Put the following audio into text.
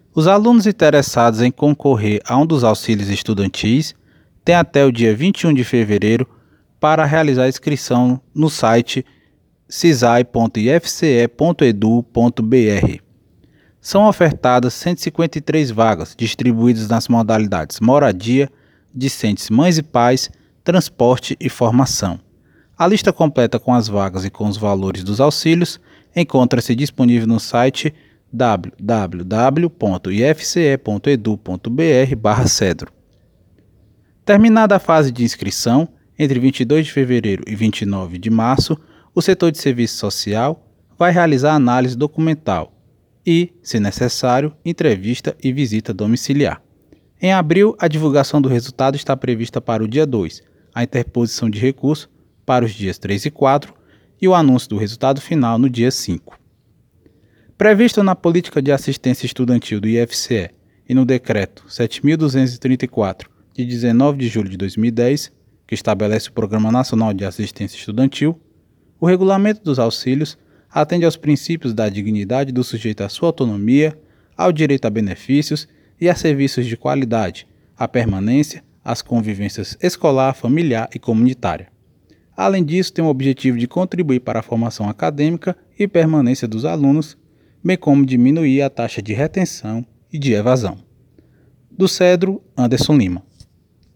Os alunos interessados em concorrer a um dos auxílios estudantis têm até o dia 21 de fevereiro para realizar a inscrição no site cisai.ifce.edu.br. São ofertadas 153 vagas, distribuídas nas modalidades moradia, discentes mães e pais, transporte e formação. A lista completa com as vagas e com os valores dos auxílios encontra-se disponível no site www.ifce.edu.br/cedro. Terminada a fase de inscrição, entre 22 de fevereiro e 29 de março, o setor de serviço social vai realizar análise documental e, se necessário, entrevista e visita domiciliar. Em abril, a divulgação do resultado está prevista para o dia 2, a interposição de recurso para os dias 3 e 4 e o anúncio do resultado final no dia 5. Previsto na Política de Assistência Estudantil do IFCE e no Decreto 7.234, de 19 de julho de 2010, que estabelece o Programa Nacional de Assistência Estudantil, o regulamento dos auxílios atende aos princípios da dignidade do sujeito à sua autonomia, ao direito a benefícios e a serviços de qualidade, à permanência, às convivências escolar, familiar e comunitária. Além disso, tem o objetivo de contribuir para a formação acadêmica e permanência dos alunos, bem como diminuir a taxa de retenção e de evasão. Do Cedro, Anderson Lima.